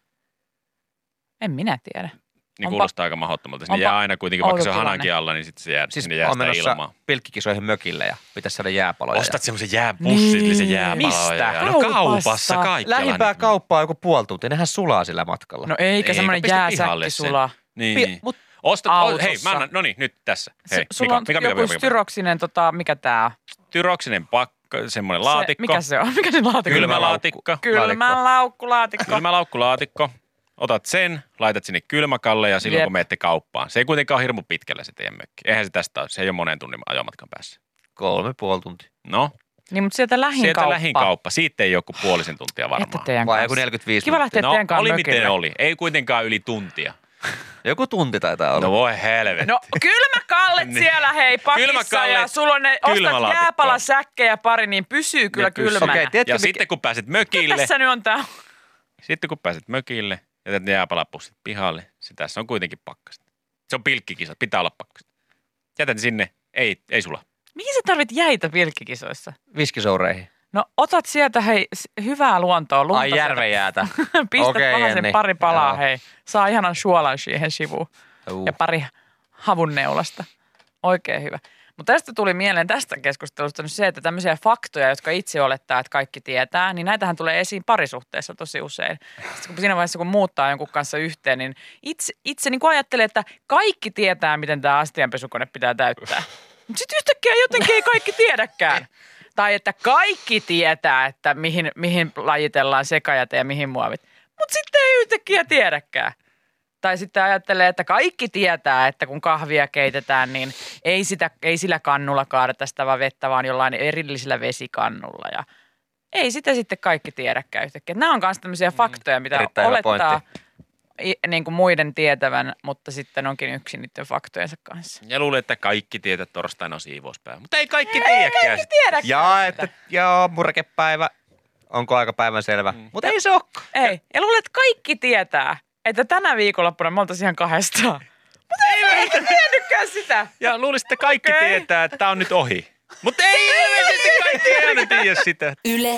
F: En minä tiedä.
D: Niin
F: Onpa-
D: kuulostaa aika mahdottomalta. Sinne
F: onpa
D: jää aina kuitenkin, vaikka se on
F: outo
D: hanankin
F: tilanne.
D: alla, niin sitten se jää,
E: Siis
D: sinne jää
E: on
D: sitä
E: menossa
D: ilmaa.
E: pilkkikisoihin mökille ja pitäisi saada jääpaloja.
D: Ostat semmoisen jääpussillisen
F: Niin.
D: jääpaloja.
E: Mistä?
D: No
F: Kaupasta.
D: kaupassa kaikkialla.
E: Lähimpää
D: Niin-
E: kauppaa joku puoli tuntia, nehän sulaa sillä matkalla.
F: No eikä
D: Eikä,
F: semmoinen
D: pistä
F: jääsäkki
D: pihalle sen.
F: sulaa.
D: Niin,
E: Pi-
D: niin.
E: mut
D: Ostat,
F: autossa.
D: hei, mä annan, no niin, nyt tässä.
F: Se,
D: Hei,
F: sulla
D: Mika,
F: on
D: Mika, Mika,
F: joku
D: Mika, Mika.
F: styroksinen, tota, mikä tää on?
D: Tyroksinen pakko, semmoinen laatikko.
F: Se, mikä se on? Mikä se laatikko?
D: Kylmälaatikko.
F: Kylmän laukkulaatikko.
D: Kylmälaukkulaatikko. Otat sen, laitat sinne kylmäkalle ja silloin
F: Jep.
D: kun menette kauppaan. Se ei kuitenkaan ole hirmu pitkällä se teidän mökki. Eihän se tästä ole. Se ei ole monen tunnin ajomatkan päässä.
E: kolme puoli tuntia.
D: No,
F: Niin, mutta sieltä lähin
D: sieltä
F: kauppa.
D: lähin kauppa. Siitä ei ole kuin puolisen tuntia
F: Että
D: varmaan.
F: teidän
E: Vai
F: kanssa.
E: joku neljäkymmentäviisi
F: Kiva lähteä
E: minuuttia.
F: teidän
D: No,
F: kanssa
D: oli
F: mökille.
D: miten oli. Ei kuitenkaan yli tuntia.
E: Joku tunti taitaa olla.
D: No voi helvetti.
F: No kylmäkallet
D: Niin.
F: siellä hei pakissa
D: Kylmäkallet,
F: ja sulla on ne, ostat
D: kylmälaatikkoa.
F: jääpalasäkkejä pari, niin pysyy kyllä
D: Ne pysyy.
F: kylmänä.
E: Okei, tiedätkö,
D: Ja
E: mikä-
D: sitten kun pääset
F: Mikä
D: mökille,
F: tässä nyt on tää?
D: sitten kun pääset mökille, jätät ne jääpalapussit pihalle, se tässä on kuitenkin pakkasta. Se on pilkkikisa, pitää olla pakkasta. Jätät sinne, ei, ei sulla.
F: Mihin sä tarvit jäitä pilkkikisoissa?
E: Viskisoureihin.
F: No otat sieltä hei s- hyvää luontoa, lunta
E: Ai
F: sieltä.
E: järvenjäätä.
F: Pistät
E: Okei,
F: vähän sen
E: Jenni.
F: pari palaa
E: Joo.
F: hei. Saa ihanan suolan siihen sivuun
E: Uh.
F: ja pari havunneulasta. Oikein hyvä. Mutta tästä tuli mieleen tästä keskustelusta nyt se, että tämmöisiä faktoja, jotka itse olettaa, että kaikki tietää, niin näitähän tulee esiin parisuhteessa tosi usein. Sitten kun siinä vaiheessa, kun muuttaa jonkun kanssa yhteen, niin itse, itse niin kuin ajattelee, että kaikki tietää, miten tämä astianpesukone pitää täyttää. Mutta sitten yhtäkkiä jotenkin ei kaikki tiedäkään. Tai että kaikki tietää, että mihin, mihin lajitellaan sekajäte ja mihin muovit. Mutta sitten ei yhtäkkiä tiedäkään. Tai sitten ajattelee, että kaikki tietää, että kun kahvia keitetään, niin ei, sitä, ei sillä kannulla kaadeta sitä vaan vettä, vaan jollain erillisellä vesikannulla. Ja ei sitä sitten kaikki tiedäkään yhtäkkiä. Nämä on myös tämmöisiä faktoja, mitä
E: Erittäin hyvä
F: olettaa
E: pointti.
F: i- niin kuin muiden tietävän, mutta sitten onkin yksin niiden faktojensa kanssa.
D: Ja luulen, että kaikki tietää, että torstaina on siivouspäivä. Mutta ei kaikki tiedäkään sitä.
F: Tiedäkään
E: Ja
F: sitä.
E: että joo, murkepäivä. Onko aika päivän selvä? Mm. Mutta ei se ole.
F: Ei. Ja luulen, että kaikki tietää, että tänä viikonloppuna me oltaisiin ihan kahdestaan. Mutta ei me ehkä tiennytkään sitä.
D: Ja luulisin, että kaikki
F: Okei.
D: tietää, että tämä on nyt ohi. Mutta ei ilmeisesti kaikki ei aina tiedä sitä.
B: Yle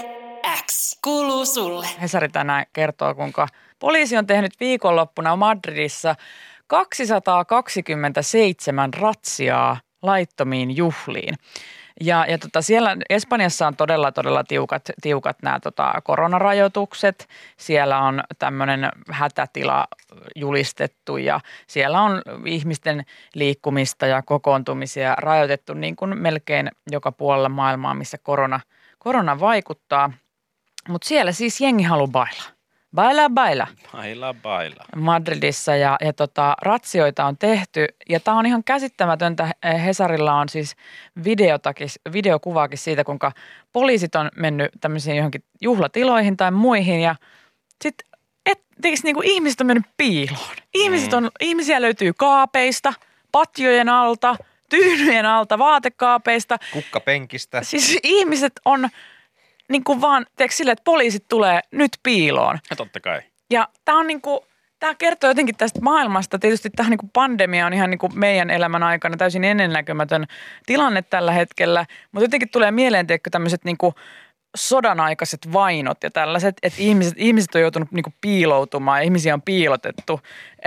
B: X kuuluu sulle.
F: Hesari tänään kertoo, kuinka poliisi on tehnyt viikonloppuna Madridissa kaksisataakaksikymmentäseitsemän ratsiaa laittomiin juhliin. Ja, ja tota, siellä Espanjassa on todella, todella tiukat, tiukat nämä tota, koronarajoitukset. Siellä on tämmöinen hätätila julistettu ja siellä on ihmisten liikkumista ja kokoontumisia rajoitettu niin kuin melkein joka puolella maailmaa, missä korona, korona vaikuttaa. Mutta siellä siis jengi haluaa bailaa. Baila, baila.
D: Baila, baila.
F: Madridissa ja, ja tota, ratsioita on tehty ja tämä on ihan käsittämätöntä. Hesarilla on siis videotakin, videokuvaakin siitä, kuinka poliisit on mennyt tämmöisiin johonkin juhlatiloihin tai muihin ja sitten että niinku ihmiset on mennyt piiloon. Ihmiset on, mm. Ihmisiä löytyy kaapeista, patjojen alta, tyynyjen alta, vaatekaapeista.
E: Kukkapenkistä.
F: Siis ihmiset on niin kuin vaan, tiedätkö silleen, että poliisit tulee nyt piiloon.
D: Ja totta kai.
F: Ja tämä on niin kuin, tämä kertoo jotenkin tästä maailmasta. Tietysti tämä niin kuin pandemia on ihan niin kuin meidän elämän aikana täysin ennennäkemätön tilanne tällä hetkellä. Mutta jotenkin tulee mieleen, tiedätkö, tämmöiset niin kuin sodan aikaiset vainot ja tällaiset, että ihmiset, ihmiset on joutunut niinku piiloutumaan ja ihmisiä on piilotettu.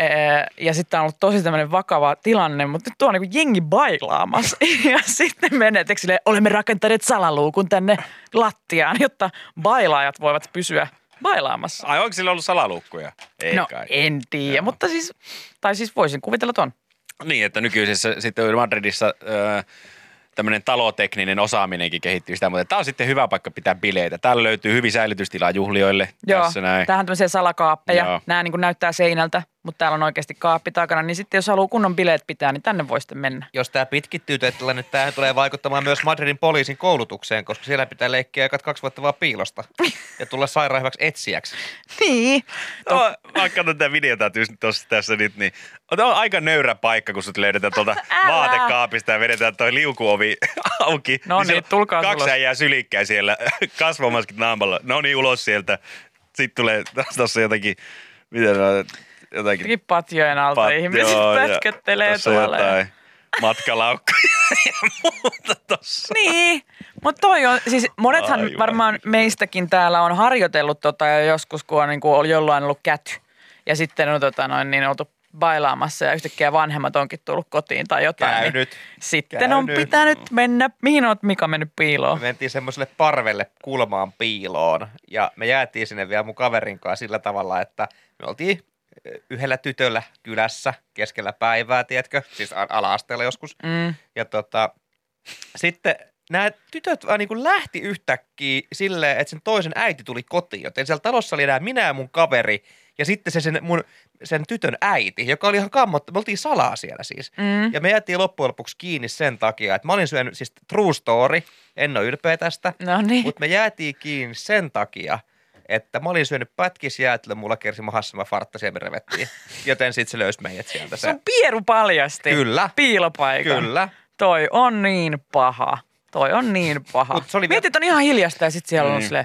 F: Ja sitten on ollut tosi tämmöinen vakava tilanne, mutta nyt tuo on niinku jengi bailaamassa. Ja sitten menee, että silleen, olemme rakentaneet salaluukun tänne lattiaan, jotta bailaajat voivat pysyä bailaamassa.
D: Ai onko sillä ollut salaluukkuja? Ei
F: no
D: kai.
F: En tiedä, mutta siis, tai siis voisin kuvitella ton.
D: Niin, että nykyisessä sitten Madridissa Öö, tämmöinen talotekninen osaaminenkin kehittyy sitä, mutta tämä on sitten hyvä paikka pitää bileitä. Täällä löytyy hyvin säilytystilaa juhlioille.
F: Joo,
D: tässä näin.
F: tämähän on tämmöisiä salakaappeja.
D: Joo.
F: Nämä niin kuin näyttää seinältä, mutta täällä on oikeasti kaappi takana. Niin sitten jos haluaa kunnon bileet pitää, niin tänne voi sitten mennä.
E: Jos tämä pitkittyy tällä, niin tämähän tulee vaikuttamaan myös Madridin poliisin koulutukseen, koska siellä pitää leikkiä ekat kaksi vuotta vaan piilosta ja tulla sairaan hyväksi etsijäksi.
F: Niin.
D: No, mä katson tätä videota tuossa tässä nyt, niin on aika nöyrä paikka, kun sut löydetään tuolta vaatekaapista ja vedetään toi liukuovi auki.
F: No niin, tulkaa
D: kaksi
F: tulos.
D: äijää sylikkää siellä kasvomaskin naamalla. No niin, ulos sieltä. Sitten tulee tuossa jotakin, miten jotakin.
F: Jotakin patjojen alta
D: Pat,
F: ihmiset
D: joo,
F: pötköttelee tuolla.
D: jotain matkalaukkuja ja muuta tossa.
F: Niin, mutta toi on, siis monethan
D: Aivan.
F: varmaan meistäkin täällä on harjoitellut tota jo joskus, kun on, niin kuin on jollain ollut käty. Ja sitten on tota noin, niin oltu bailaamassa ja yhtäkkiä vanhemmat onkin tullut kotiin tai jotain.
E: Käynyt.
F: Niin sitten
E: Käynyt.
F: on pitänyt mennä, mihin oot Mika mennyt piiloon?
E: Me mentiin semmoiselle parvelle kulmaan piiloon ja me jäätiin sinne vielä mun kaverin kanssa sillä tavalla, että me oltiin yhdellä tytöllä kylässä keskellä päivää, tiedätkö, siis ala-asteella joskus.
F: Mm.
E: Ja tota, sitten nämä tytöt vaan niin kuin lähti yhtäkkiä silleen, että sen toisen äiti tuli kotiin, joten siellä talossa oli enää minä ja mun kaveri ja sitten se sen, mun, sen tytön äiti, joka oli ihan kammotta. Me oltiin salaa siellä siis.
F: Mm.
E: Ja me jäätiin loppujen lopuksi kiinni sen takia, että mä olin syönyt, siis true story, en ole ylpeä tästä,
F: No niin.
E: mutta me jäätiin kiinni sen takia, että mä olin syönyt pätkisjäätelö, mulla kersi mahassa, mä farttasin ja me revettiin. Joten sitten se löysi meidät sieltä. Se.
F: Sun pieru paljasti.
E: Kyllä.
F: Piilopaikan.
E: Kyllä.
F: Toi on niin paha. Toi on niin paha.
E: Mut se oli
F: Mietit, on ihan hiljasta ja sitten siellä on
D: Mm.
F: silleen,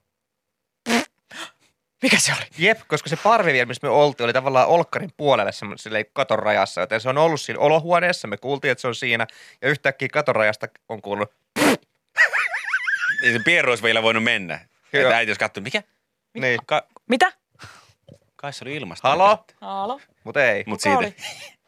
F: mikä se oli?
E: Jep, koska se parvi vielä, missä me oltiin, oli tavallaan olkkarin puolelle semmoiselle katon rajassa, joten se on ollut siinä olohuoneessa, me kuultiin, että se on siinä, ja yhtäkkiä katon rajasta on kuullut,
D: Niin se pieru olisi vielä voinut mennä.
E: Joo.
D: Että äiti olisi katsonut, mikä?
E: niin,
D: Ka-
F: Mitä?
D: kai se oli ilmasta.
E: halo,
F: Halo?
E: mutta ei.
D: Mut
F: Kuka
D: siitä.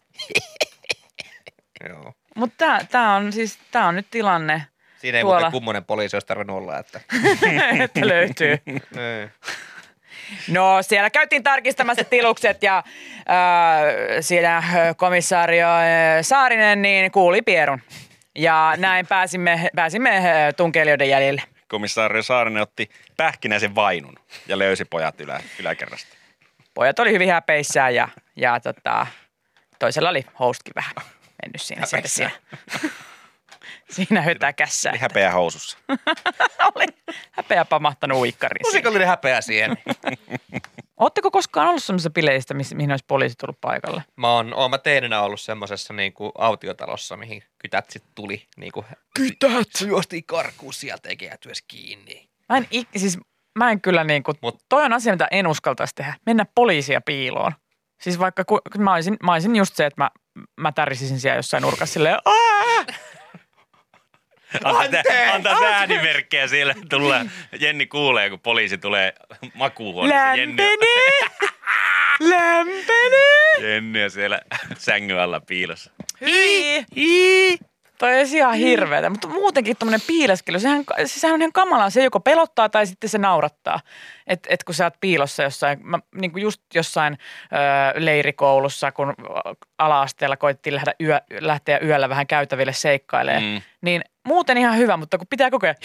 E: Joo.
F: Mutta tää, tää on siis, tää on nyt tilanne,
E: Siinä ei
F: Tuolla.
E: muuten kummonen poliisi olisi tarvinnut olla, että.
F: että löytyy.
E: Niin.
F: No siellä käytiin tarkistamassa tilukset ja äh, siinä äh, komissaario äh, Saarinen niin kuuli pierun. Ja näin pääsimme, pääsimme äh, tunkeilijoiden jäljille.
D: Komissaario Saarinen otti pähkinäisen vainun ja löysi pojat ylä, yläkerrasta.
F: Pojat oli hyvin häpeissään ja, ja tota, toisella oli housutkin vähän mennyt siinä. Siinä, siinä, siinä hötäkässä.
D: Eli häpeä housussa.
F: Oli häpeä pamahtanut uikkariin.
E: Musikallinen häpeä siihen.
F: Oletteko koskaan ollut semmoisessa bileistä, mihin olisi poliisi tullut paikalle?
E: Mä oon, oon mä teinenä ollut semmosessa niinku autiotalossa, mihin kytät sit tuli. Niinku, kytät! Juostiin karkuun sielta eikä jääty edes kiinni.
F: Mä en, ik- siis, mä en kyllä niin kuin,
E: Mut-
F: toi on asia, mitä en uskaltaisi tehdä. Mennä poliisia piiloon. Siis vaikka ku, mä, olisin, mä olisin just se, että mä, mä tärisisin siellä jossain nurkassa silleen, aah!
D: Antaa, tä, antaa se äänimerkkejä siellä. Tulla. Jenni kuulee, kun poliisi tulee makuuhuoneeseen. Jenni,
F: Lämpenee! Lämpenee!
D: Jenni on siellä sängyn alla piilossa.
F: Hii! Hii! Toi on ihan hirveetä, mutta muutenkin tuommoinen piileskely, sehän, sehän on ihan kamalaa. Se joko pelottaa tai sitten se naurattaa. Että et kun sä oot piilossa jossain, mä, niin kuin just jossain ö, leirikoulussa, kun ala-asteella koettiin lähteä, yö, lähteä yöllä vähän käytäville seikkailemaan,
D: Mm.
F: niin muuten ihan hyvä, mutta kun pitää koko ajan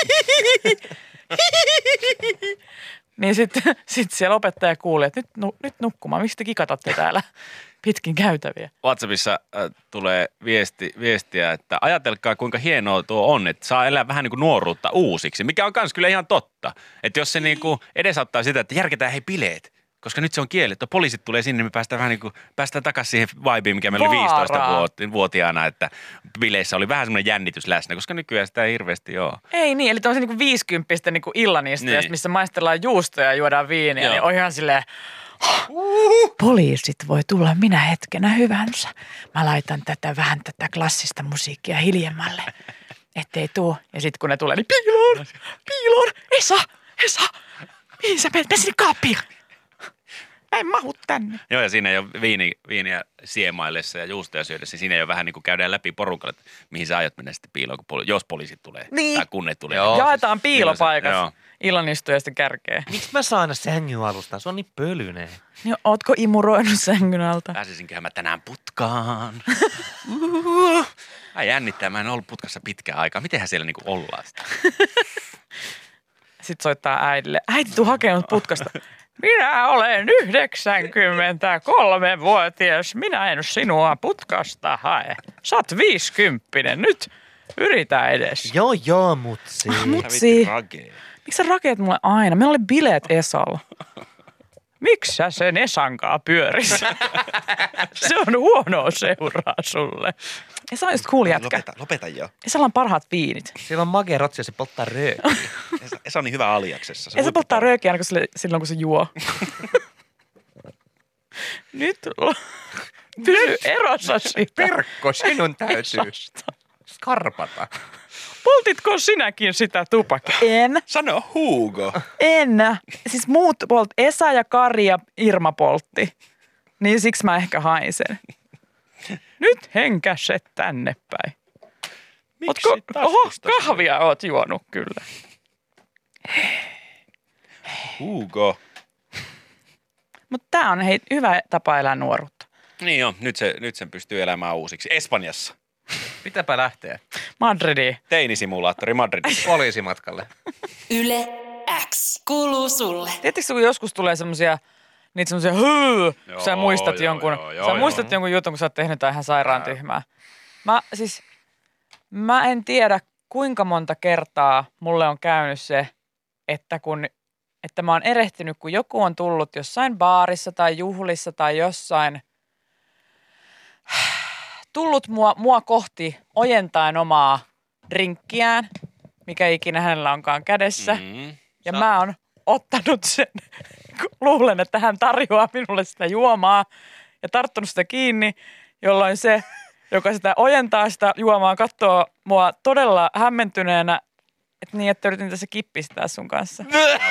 F: niin sitten sit siellä opettaja kuulee, että nyt, nu, nyt nukkumaan, miksi te kikatatte täällä pitkin käytäviä?
D: WhatsAppissa äh, tulee viesti, viestiä, että ajatelkaa kuinka hienoa tuo on, että saa elää vähän niin kuin nuoruutta uusiksi, mikä on myös kyllä ihan totta. Että jos se niin kuin edesauttaa sitä, että järketään hei bileet, Koska nyt se on kielletty. Poliisit tulee sinne, me päästään vähän niin kuin, päästään takaisin siihen vibeen, mikä meillä oli
F: Vaaraa.
D: viisitoistavuotiaana, että bileissä oli vähän semmoinen jännitys läsnä, koska nykyään sitä ei hirveästi ole.
F: Ei niin, eli tämmöisen niin viisikymppisten niin illanistuja,
D: Niin.
F: missä maistellaan juustoja ja juodaan viiniä,
D: Joo.
F: niin on ihan silleen, poliisit voi tulla minä hetkenä hyvänsä. Mä laitan tätä vähän tätä klassista musiikkia hiljemmalle, ettei tuu. Ja sitten kun ne tulee, niin piiloon, piiloon, Esa, Esa, mihin sä menet, mene sinne kaappiin. Mä en mahu tänne.
D: Joo, ja siinä ei ole viini, viiniä siemaillessa ja juustoja syödessä, siinä ei ole vähän niin kuin käydään läpi porukalle, että mihin sä aiot mennä sitten piiloon, kun poli- jos poliisit tulee
F: Niin.
D: tai kun ne tulee.
E: Joo.
F: Jaetaan piilopaikat
D: Joo.
F: illanistujasta kärkeen.
E: Miksi mä saan aina sängyn alustaan? Se on niin pölyinen.
F: Niin, ootko imuroinut sängyn alta?
D: Pääsisinköhän mä tänään putkaan? Uhuhu. Mä jännittää, mä en ollut putkassa pitkään aikaa. Mitenhän siellä niinku ollaan sitä?
F: Sitten soittaa äidille. Äiti, tuu hakenut putkasta. Minä olen yhdeksänkymmentäkolme-vuotias. Minä en sinua putkasta hae. Sä oot viisikymppinen. Nyt yritä edes.
E: Joo, joo, mutsi.
F: Mutsi, miksi sä rakeet mulle aina? Meillä oli bileet Esalla. Miksi sä sen Esankaa pyöris? Se on huonoa seuraa sulle. Esa on just cool jätkä.
D: Lopeta, lopeta jo.
F: Esalla on parhaat viinit.
E: Siellä on makea rotsi ja se polttaa röökiä.
D: Esa, Esa on niin hyvä aliaksessa.
F: Esa polttaa röökiä aina kun sille, silloin, kun se juo. Nyt pysy erossa siitä.
E: Perkko, sinun täytyy skarpata.
F: Poltitko sinäkin sitä tupakkia? En.
D: Sano Hugo.
F: En. Siis muut polt, Esa ja Kari ja Irma poltti. Niin siksi mä ehkä haisen. Nyt henkäset tänne päin. Ootko, oho, kahvia oot juonut kyllä.
D: Hugo.
F: Mutta tää on hei, hyvä tapa elää nuoruutta.
D: Niin jo, nyt, se, nyt sen pystyy elämään uusiksi. Espanjassa.
E: Pitääpä lähteä
F: Madridiin.
D: Teinisimulaattori Madridissa.
E: poliisimatkalle.
B: Yle X kuuluu sulle.
F: Tiedättekö, kun joskus tulee semmosia, niitä semmosia hyy,
D: Joo,
F: sä muistat
D: joo,
F: jonkun,
D: joo, joo,
F: sä
D: joo.
F: muistat jonkun jutun, kun sä oot tehnyt jotain ihan sairaan tyhmää. Mä siis, mä en tiedä kuinka monta kertaa mulle on käynyt se, että kun, että mä oon erehtynyt, kun joku on tullut jossain baarissa tai juhlissa tai jossain, tullut mua, mua kohti ojentaen omaa drinkkiään, mikä ikinä hänellä onkaan kädessä.
D: Mm.
F: Ja mä oon ottanut sen, luulen, että hän tarjoaa minulle sitä juomaa ja tarttunut sitä kiinni, jolloin se, joka sitä ojentaa sitä juomaa, katsoo mua todella hämmentyneenä, että niin, että yritin tässä kippistää sun kanssa.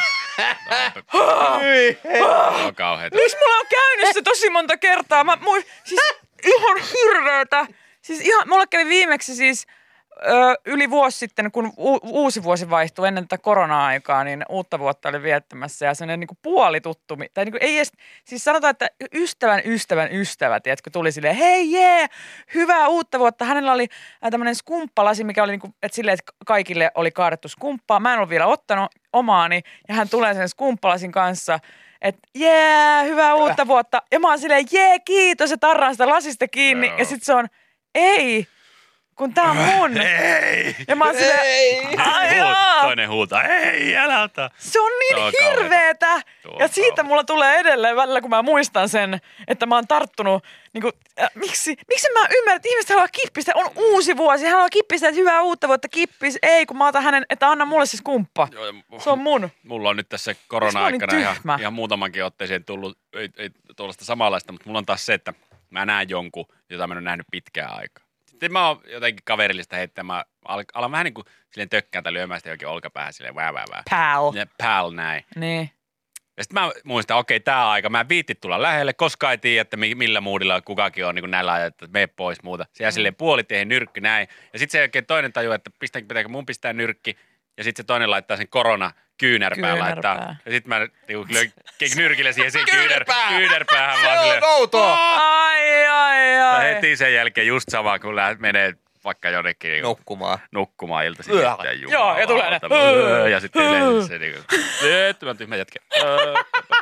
D: On kauheeta.
F: Miksi mulla on käynyt se tosi monta kertaa? Mä, mui, siis ihan hirveetä. Siis ihan, mulla kävi viimeksi siis ö, yli vuosi sitten, kun u, uusi vuosi vaihtui ennen tätä korona-aikaa, niin uutta vuotta oli viettämässä ja sellainen niin kuin puolituttu, tai niin kuin ei edes, siis sanotaan, että ystävän ystävän ystävä, tiedätkö, tuli silleen, hei jee, hyvää uutta vuotta. Hänellä oli tämmöinen skumppalasi, mikä oli niin kuin, että silleen, että kaikille oli kaadettu skumppaa. Mä en ollut vielä ottanut omaani ja hän tulee sen skumppalasin kanssa, että jee, hyvää uutta vuotta. Ja mä oon silleen, jee, kiitos, ja tarraan sitä lasista kiinni.
D: Joo.
F: Ja sit se on, ei, kun tää on mun.
D: Ei!
F: Ja mä oon silleen, ai
D: Huut,
F: jaa.
D: toinen huutaa, ei, älä ota.
F: Se on niin
D: Se on
F: hirveetä.
D: Tuo on
F: Ja siitä
D: kauheeta.
F: mulla tulee edelleen välillä, kun mä muistan sen, että mä oon tarttunut, niin kuin, äh, miksi, miksi mä ymmärrän, että ihmiset haluaa kippistä, on uusi vuosi, hän haluaa kippistä, että hyvää uutta vuotta, kippis, ei, kun mä otan hänen, että anna mulle siis kumppa.
D: Joo, ja
F: Se on mun.
D: Mulla on nyt tässä
F: Miksi mä
D: korona-aikana
F: olin
D: ihan,
F: tyhmä?
D: ihan muutamankin otteeseen tullut, ei, ei tuollaista samanlaista, mutta mulla on taas se, että mä näen jonkun, jota mä en ole nähnyt pitkään aikaa. Sitten mä oon jotenkin kaverillista heittää, mä al- alan vähän niin kuin silleen tökkääntä lyömään sitä jokin olkapäähän silleen vää vää vää.
F: Pal.
D: Ja pal näin.
F: Niin.
D: Ja sitten mä muistan, okei, tää aika, mä en viitti tulla lähelle, koska ei tiedä, että mi- millä moodilla kukakin on niin näillä ajat, että mene pois muuta. Siellä mm. silleen puolitiehen nyrkki näin. Ja sitten se oikein toinen tajuu, että pistän, pitääkö mun pistää nyrkki. Ja sitten se toinen laittaa sen korona kyynärpään
F: Kyynärpää.
D: laittaa. Ja sitten mä niinku lyön nyrkillä siihen sen kyynär, kyynärpäähän vaan silleen.
E: outoa.
F: Ai, ai,
D: Ja
F: ai.
D: heti sen jälkeen just sama, kun lähdet menee vaikka jonnekin niinku
E: Nukkumaan.
D: nukkumaan iltaisin.
E: Yö.
D: Sitten
F: Joo, ja tulee ne.
D: Öö, ja sitten yleensä se niinku, työttömän tyhmä jätkä. Öö,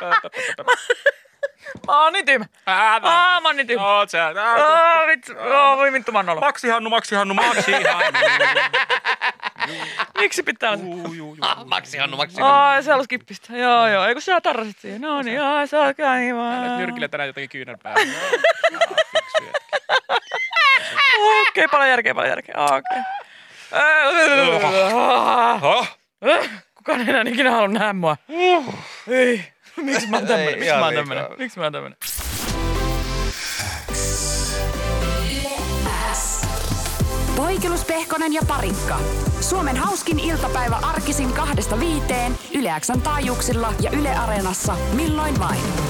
F: Mä oon niin tyhmä.
D: Ää,
F: Aa, mä oon niin tyhmä.
D: Oot sä?
F: Aa, vittu. Aa, voi vittu, mä oon nolo.
D: Maksi Hannu, Maksi Hannu, Maksi Hannu.
F: Miksi pitää olla?
D: Juu, juu, juu.
E: Ah, Maksi Hannu, Maksi Hannu.
F: Ai, se olisi kippistä. Joo, joo. Eikö sä tarrasit siihen? No niin, ai, sä oot niin vaan.
D: Älä nyrkillä tänään jotenkin kyynärpäällä.
F: Okei, paljon järkeä, paljon järkeä. Okei. Kukaan ei enää ikinä halua nähdä mua. Ei. Miksi mä oon tämmönen? Miksi mä oon tämmönen? Miksi mä oon tämmönen?
B: Poikelus, Pehkonen ja Parikka. Suomen hauskin iltapäivä arkisin kahdesta viiteen Yle X:n taajuuksilla ja Yle Areenassa milloin vain.